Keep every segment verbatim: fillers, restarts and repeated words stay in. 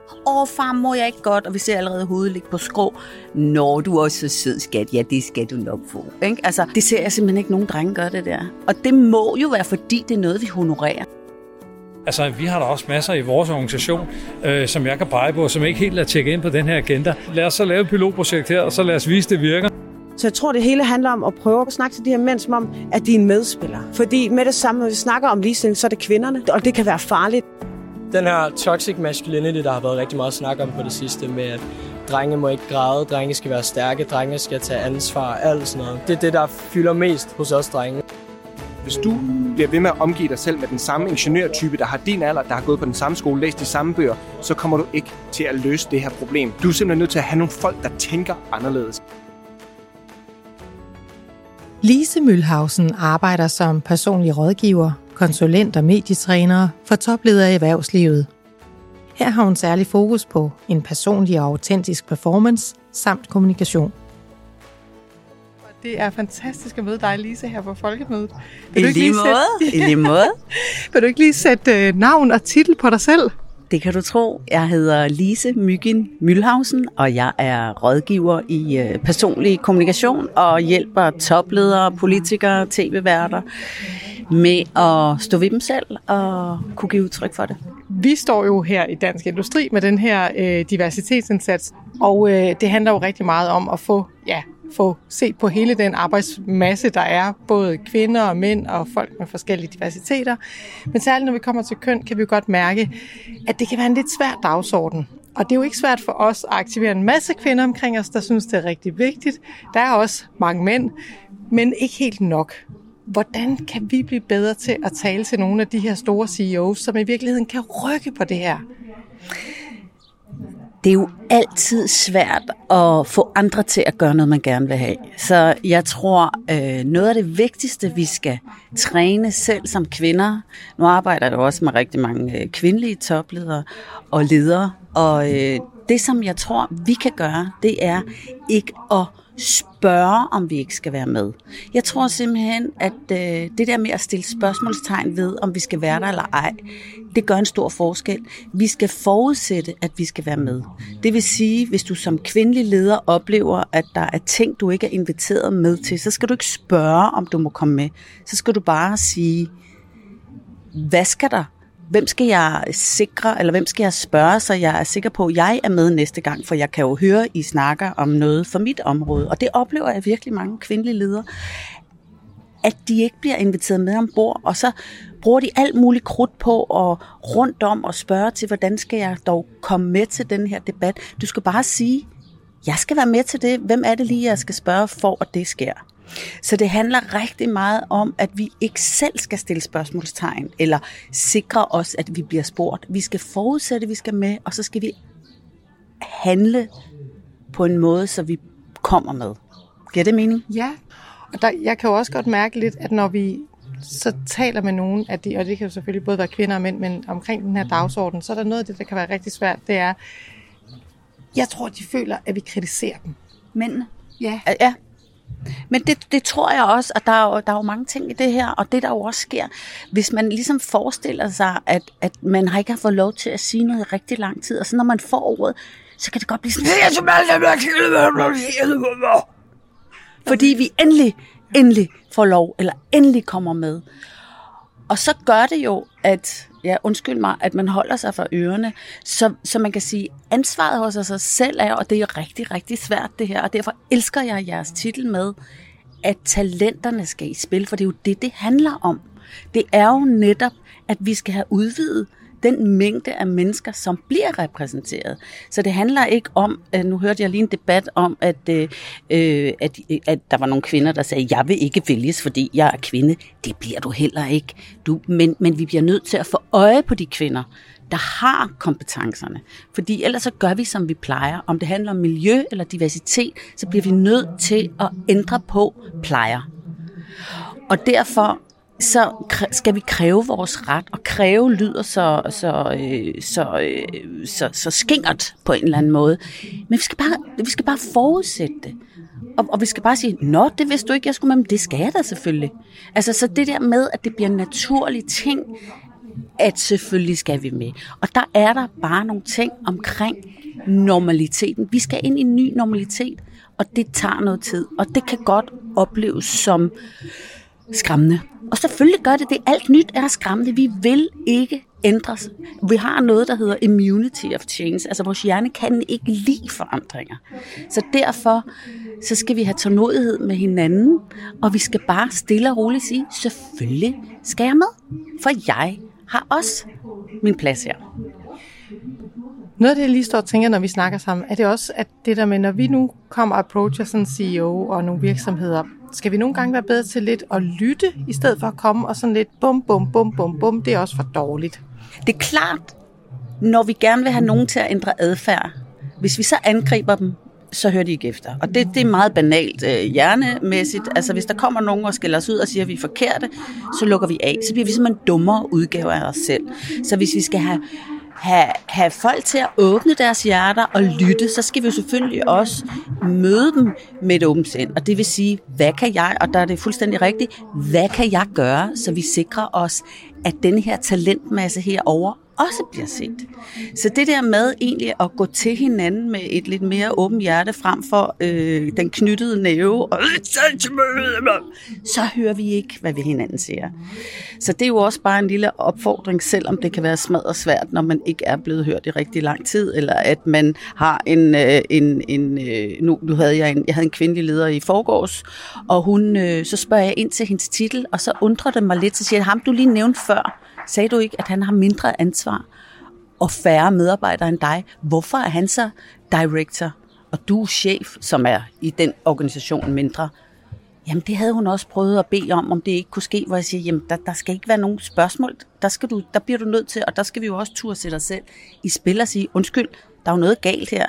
Åh, far, må jeg ikke godt? Og vi ser allerede hovedet ligge på skrå. Nå, du er også så sød, skat. Ja, det skal du nok få. Ikke? Altså, det ser jeg simpelthen ikke nogen drenge gøre det der. Og det må jo være, fordi det er noget, vi honorerer. Altså, vi har da også masser i vores organisation, øh, som jeg kan pege på, som ikke helt er tjekket ind på den her agenda. Lad os så lave et pilotprojekt her, og så lad os vise, det virker. Så jeg tror, det hele handler om at prøve at snakke til de her mænd, som om, at de er en medspiller. Fordi med det samme, når vi snakker om ligestilling, så er det kvinderne, og det kan være farligt. Den her toxic masculinity, der har været rigtig meget snak om på det sidste, med at drenge må ikke græde, drenge skal være stærke, drenge skal tage ansvar, alt sådan noget. Det er det, der fylder mest hos os drenge. Hvis du bliver ved med at omgive dig selv med den samme ingeniørtype, der har din alder, der har gået på den samme skole, læst de samme bøger, så kommer du ikke til at løse det her problem. Du er simpelthen nødt til at have nogle folk, der tænker anderledes. Lise Mühlhausen arbejder som personlig rådgiver, konsulent og medietræner for topledere i erhvervslivet. Her har hun særlig fokus på en personlig og autentisk performance samt kommunikation. Det er fantastisk at møde dig, Lise, her på Folkemødet. I lige måde. I lige måde. Vil du ikke lige sætte navn og titel på dig selv? Det kan du tro. Jeg hedder Lise Myggen Mühlhausen, og jeg er rådgiver i personlig kommunikation og hjælper topledere, politikere, tv-værter med at stå ved dem selv og kunne give udtryk for det. Vi står jo her i Dansk Industri med den her øh, diversitetsindsats, og øh, det handler jo rigtig meget om at få, ja, få set på hele den arbejdsmasse, der er, både kvinder og mænd og folk med forskellige diversiteter. Men særligt når vi kommer til køn, kan vi jo godt mærke, at det kan være en lidt svær dagsorden. Og det er jo ikke svært for os at aktivere en masse kvinder omkring os, der synes, det er rigtig vigtigt. Der er også mange mænd, men ikke helt nok. Hvordan kan vi blive bedre til at tale til nogle af de her store C E O's, som i virkeligheden kan rykke på det her? Det er jo altid svært at få andre til at gøre noget, man gerne vil have. Så jeg tror, øh, noget af det vigtigste, vi skal træne selv som kvinder, nu arbejder jeg også med rigtig mange øh, kvindelige topledere og ledere, og øh, det, som jeg tror, vi kan gøre, det er ikke at spørge, om vi ikke skal være med. Jeg tror simpelthen, at øh, det der med at stille spørgsmålstegn ved, om vi skal være der eller ej, det gør en stor forskel. Vi skal forudsætte, at vi skal være med. Det vil sige, hvis du som kvindelig leder oplever, at der er ting, du ikke er inviteret med til, så skal du ikke spørge, om du må komme med. Så skal du bare sige, hvad skal der? Hvem skal jeg sikre, eller hvem skal jeg spørge, så jeg er sikker på, at jeg er med næste gang? For jeg kan jo høre, I snakker om noget for mit område. Og det oplever jeg virkelig mange kvindelige ledere, at de ikke bliver inviteret med ombord, og så bruger de alt muligt krudt på og rundt om og spørge til, hvordan skal jeg dog komme med til den her debat. Du skal bare sige, jeg skal være med til det. Hvem er det lige, jeg skal spørge for, at det sker? Så det handler rigtig meget om, at vi ikke selv skal stille spørgsmålstegn, eller sikre os, at vi bliver spurgt. Vi skal forudsætte, at vi skal med, og så skal vi handle på en måde, så vi kommer med. Giver det mening? Ja, og der, jeg kan jo også godt mærke lidt, at når vi så taler med nogen af de, og det kan jo selvfølgelig både være kvinder og mænd, men omkring den her dagsorden, så er der noget af det, der kan være rigtig svært, det er, jeg tror, de føler, at vi kritiserer dem. Mændene? Ja. Ja. Men det, det tror jeg også, og der er, jo, der er jo mange ting i det her, og det der jo også sker, hvis man ligesom forestiller sig, at, at man har ikke har fået lov til at sige noget i rigtig lang tid, og så når man får ordet, så kan det godt blive sådan, fordi vi endelig, endelig får lov, eller endelig kommer med. Og så gør det jo, at, ja, undskyld mig, at man holder sig for ørerne, så, så man kan sige, ansvaret hos sig selv er, og det er jo rigtig, rigtig svært det her, og derfor elsker jeg jeres titel med, at talenterne skal i spil, for det er jo det, det handler om. Det er jo netop, at vi skal have udvidet den mængde af mennesker, som bliver repræsenteret. Så det handler ikke om, nu hørte jeg lige en debat om, at, øh, at, at der var nogle kvinder, der sagde, jeg vil ikke vælges, fordi jeg er kvinde. Det bliver du heller ikke. Du, men, men vi bliver nødt til at få øje på de kvinder, der har kompetencerne. Fordi ellers så gør vi, som vi plejer. Om det handler om miljø eller diversitet, så bliver vi nødt til at ændre på plejer. Og derfor så skal vi kræve vores ret, og kræve lyder så, så, så, så, så skingert på en eller anden måde. Men vi skal bare, vi skal bare forudsætte det. Og, og vi skal bare sige, nå, det vidste du ikke, jeg skulle med, men det skal jeg da selvfølgelig. Altså, så det der med, at det bliver en naturlig ting, at selvfølgelig skal vi med. Og der er der bare nogle ting omkring normaliteten. Vi skal ind i en ny normalitet, og det tager noget tid. Og det kan godt opleves som skræmmende. Og selvfølgelig gør det det. Alt nyt er skræmmende. Vi vil ikke ændres. Vi har noget, der hedder immunity of change. Altså vores hjerne kan ikke lide forandringer. Så derfor så skal vi have tålmodighed med hinanden, og vi skal bare stille og roligt sige, selvfølgelig skal jeg med, for jeg har også min plads her. Noget af det, jeg lige står og tænker, når vi snakker sammen, er det også, at det der med, når vi nu kommer og approacher sådan en C E O og nogle virksomheder, skal vi nogle gange være bedre til lidt at lytte, i stedet for at komme og sådan lidt bum, bum, bum, bum, bum, det er også for dårligt. Det er klart, når vi gerne vil have nogen til at ændre adfærd, hvis vi så angriber dem, så hører de ikke efter. Og det, det er meget banalt øh, hjernemæssigt. Altså hvis der kommer nogen og skælder os ud og siger, at vi er forkerte, så lukker vi af. Så bliver vi simpelthen dummere udgaver af os selv. Så hvis vi skal have Have, have folk til at åbne deres hjerter og lytte, så skal vi jo selvfølgelig også møde dem med et åbent sind. Og det vil sige, hvad kan jeg, og der er det fuldstændig rigtigt, hvad kan jeg gøre, så vi sikrer os, at denne her talentmasse herovre også bliver set. Så det der med egentlig at gå til hinanden med et lidt mere åbent hjerte frem for øh, den knyttede næve, og så hører vi ikke, hvad vi hinanden siger. Så det er jo også bare en lille opfordring, selvom det kan være smadret svært, når man ikke er blevet hørt i rigtig lang tid, eller at man har en, en, en nu, nu havde jeg en, jeg havde en kvindelig leder i forgårs, og hun, så spørger jeg ind til hendes titel, og så undrer det mig lidt, så siger jeg, ham du lige nævnte før, sagde du ikke, at han har mindre ansvar og færre medarbejdere end dig? Hvorfor er han så director, og du er chef, som er i den organisation mindre? Jamen det havde hun også prøvet at bede om, om det ikke kunne ske, hvor jeg siger, jamen der, der skal ikke være nogen spørgsmål. Der, skal du, der bliver du nødt til, og der skal vi jo også turde sætte os selv i spil og sige, undskyld, der er jo noget galt her.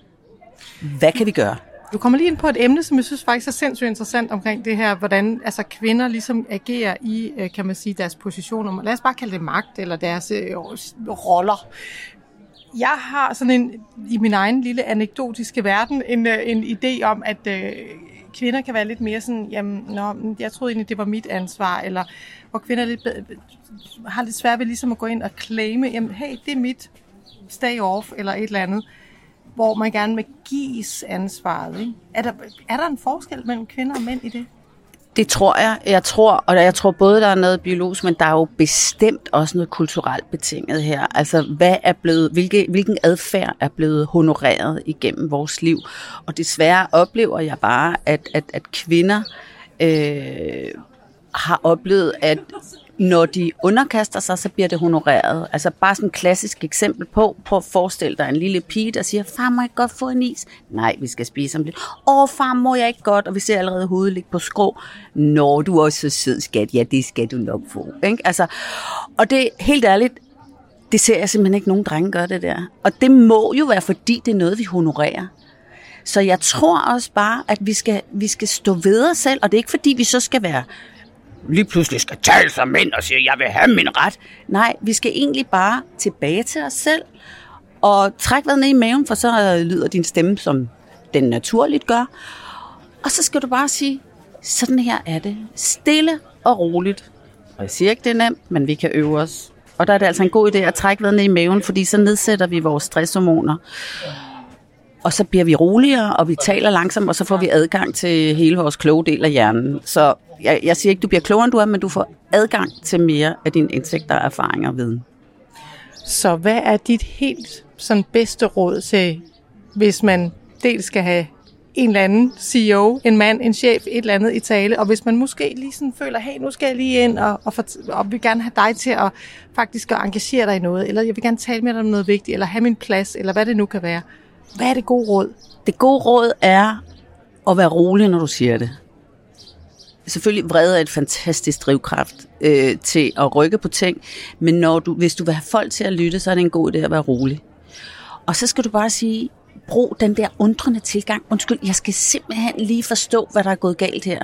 Hvad kan vi gøre? Du kommer lige ind på et emne, som jeg synes faktisk er sindssygt interessant omkring det her, hvordan altså, kvinder ligesom agerer i, kan man sige, deres positioner. Lad os bare kalde det magt, eller deres øh, roller. Jeg har sådan en, i min egen lille anekdotiske verden, en, en idé om, at øh, kvinder kan være lidt mere sådan, jamen, nå, jeg troede egentlig, det var mit ansvar, eller hvor kvinder lidt, har lidt svært ved ligesom at gå ind og claime, jamen, hey, det er mit, stay off, eller et eller andet, hvor man gerne vil gives ansvaret. Ikke? Er, der, er der en forskel mellem kvinder og mænd i det? Det tror jeg. Jeg tror, og jeg tror både, der er noget biologisk, men der er jo bestemt også noget kulturelt betinget her. Altså, hvad er blevet, hvilke, hvilken adfærd er blevet honoreret igennem vores liv? Og desværre oplever jeg bare, at, at, at kvinder øh, har oplevet, at når de underkaster sig, så bliver det honoreret. Altså bare sådan et klassisk eksempel på, på at forestille dig en lille pige, der siger, far, må jeg godt få en is? Nej, vi skal spise om lidt. Åh, far, må jeg ikke godt? Og vi ser allerede hovedet ligge på skrå. Nå, du er også så sød, skat. Ja, det skal du nok få. Ikke? Altså, og det helt ærligt, det ser jeg simpelthen ikke nogen drenge gøre det der. Og det må jo være, fordi det er noget, vi honorerer. Så jeg tror også bare, at vi skal, vi skal stå ved os selv, og det er ikke fordi, vi så skal være lige pludselig skal tale som mænd og sige, jeg vil have min ret. Nej, vi skal egentlig bare tilbage til os selv og trække vejret ned i maven, for så lyder din stemme, som den naturligt gør. Og så skal du bare sige, sådan her er det. Stille og roligt. Og jeg siger ikke, det er nemt, men vi kan øve os. Og der er det altså en god idé at trække vejret ned i maven, fordi så nedsætter vi vores stresshormoner. Og så bliver vi roligere, og vi taler langsomt, og så får vi adgang til hele vores kloge del af hjernen. Så jeg, jeg siger ikke, du bliver klogere, end du er, men du får adgang til mere af dine indsigter, erfaringer og viden. Så hvad er dit helt sådan bedste råd til, hvis man dels skal have en eller anden C E O, en mand, en chef, et eller andet i tale, og hvis man måske lige sådan føler, hey, nu skal jeg lige ind, og, og, for, og vil gerne have dig til at faktisk at engagere dig i noget, eller jeg vil gerne tale med dig om noget vigtigt, eller have min plads, eller hvad det nu kan være. Hvad er det gode råd? Det gode råd er at være rolig, når du siger det. Selvfølgelig vrede er et fantastisk drivkraft øh, til at rykke på ting, men når du, hvis du vil have folk til at lytte, så er det en god idé at være rolig. Og så skal du bare sige, brug den der undrende tilgang. Undskyld, jeg skal simpelthen lige forstå, hvad der er gået galt her.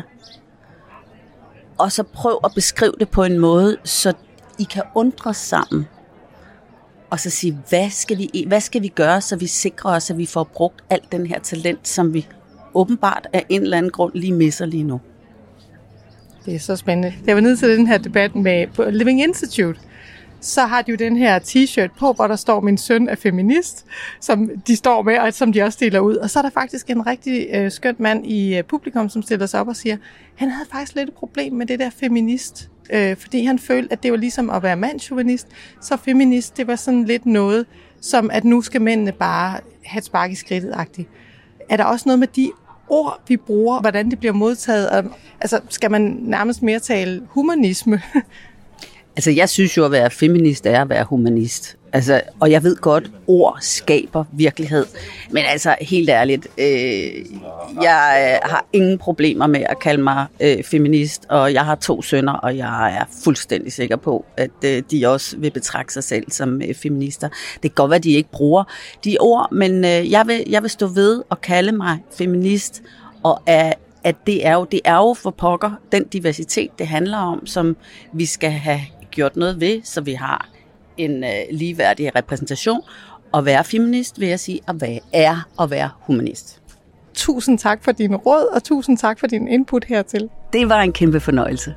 Og så prøv at beskrive det på en måde, så I kan undre sammen. Og så sige, hvad skal, vi, hvad skal vi gøre, så vi sikrer os, at vi får brugt alt den her talent, som vi åbenbart af en eller anden grund lige misser lige nu. Det er så spændende. Jeg var nede til den her debat med Living Institute, så har de jo den her t-shirt på, hvor der står, min søn er feminist, som de står med, og som de også deler ud. Og så er der faktisk en rigtig øh, skønt mand i øh, publikum, som stiller sig op og siger, han havde faktisk lidt et problem med det der feminist, øh, fordi han følte, at det var ligesom at være mandsjuvenist, så feminist, det var sådan lidt noget, som at nu skal mændene bare have et spark i skridtet-agtigt. Er der også noget med de ord, vi bruger, hvordan det bliver modtaget? Altså, skal man nærmest mere tale humanisme? Altså, jeg synes jo, at være feminist er at være humanist. Altså, og jeg ved godt, ord skaber virkelighed. Men altså, helt ærligt, øh, jeg har ingen problemer med at kalde mig øh, feminist, og jeg har to sønner, og jeg er fuldstændig sikker på, at øh, de også vil betragte sig selv som øh, feminister. Det kan godt være, at de ikke bruger de ord, men øh, jeg, vil, jeg vil stå ved og kalde mig feminist, og at, at det, er jo, det er jo for pokker den diversitet, det handler om, som vi skal have gjort noget ved, så vi har en øh, ligeværdig repræsentation. Og være feminist, vil jeg sige, at være, er at være humanist. Tusind tak for din råd, og tusind tak for din input hertil. Det var en kæmpe fornøjelse.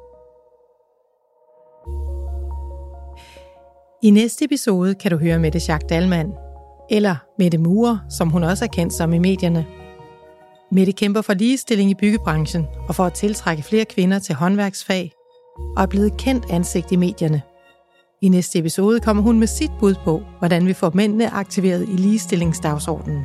I næste episode kan du høre Mette Schack Dahlmann, eller Mette Murer, som hun også er kendt som i medierne. Mette kæmper for ligestilling i byggebranchen og for at tiltrække flere kvinder til håndværksfag, og er blevet kendt ansigt i medierne. I næste episode kommer hun med sit bud på, hvordan vi får mændene aktiveret i ligestillingsdagsordenen.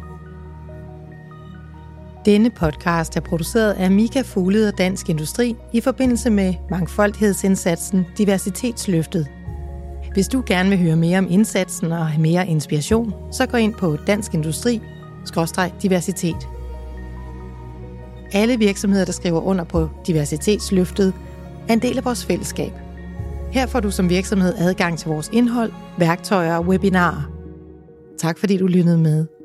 Denne podcast er produceret af Mika Fuglede og Dansk Industri i forbindelse med mangfoldighedsindsatsen Diversitetsløftet. Hvis du gerne vil høre mere om indsatsen og have mere inspiration, så gå ind på Dansk Industri skråstreg diversitet. Alle virksomheder, der skriver under på Diversitetsløftet, er en del af vores fællesskab. Her får du som virksomhed adgang til vores indhold, værktøjer og webinarer. Tak fordi du lyttede med.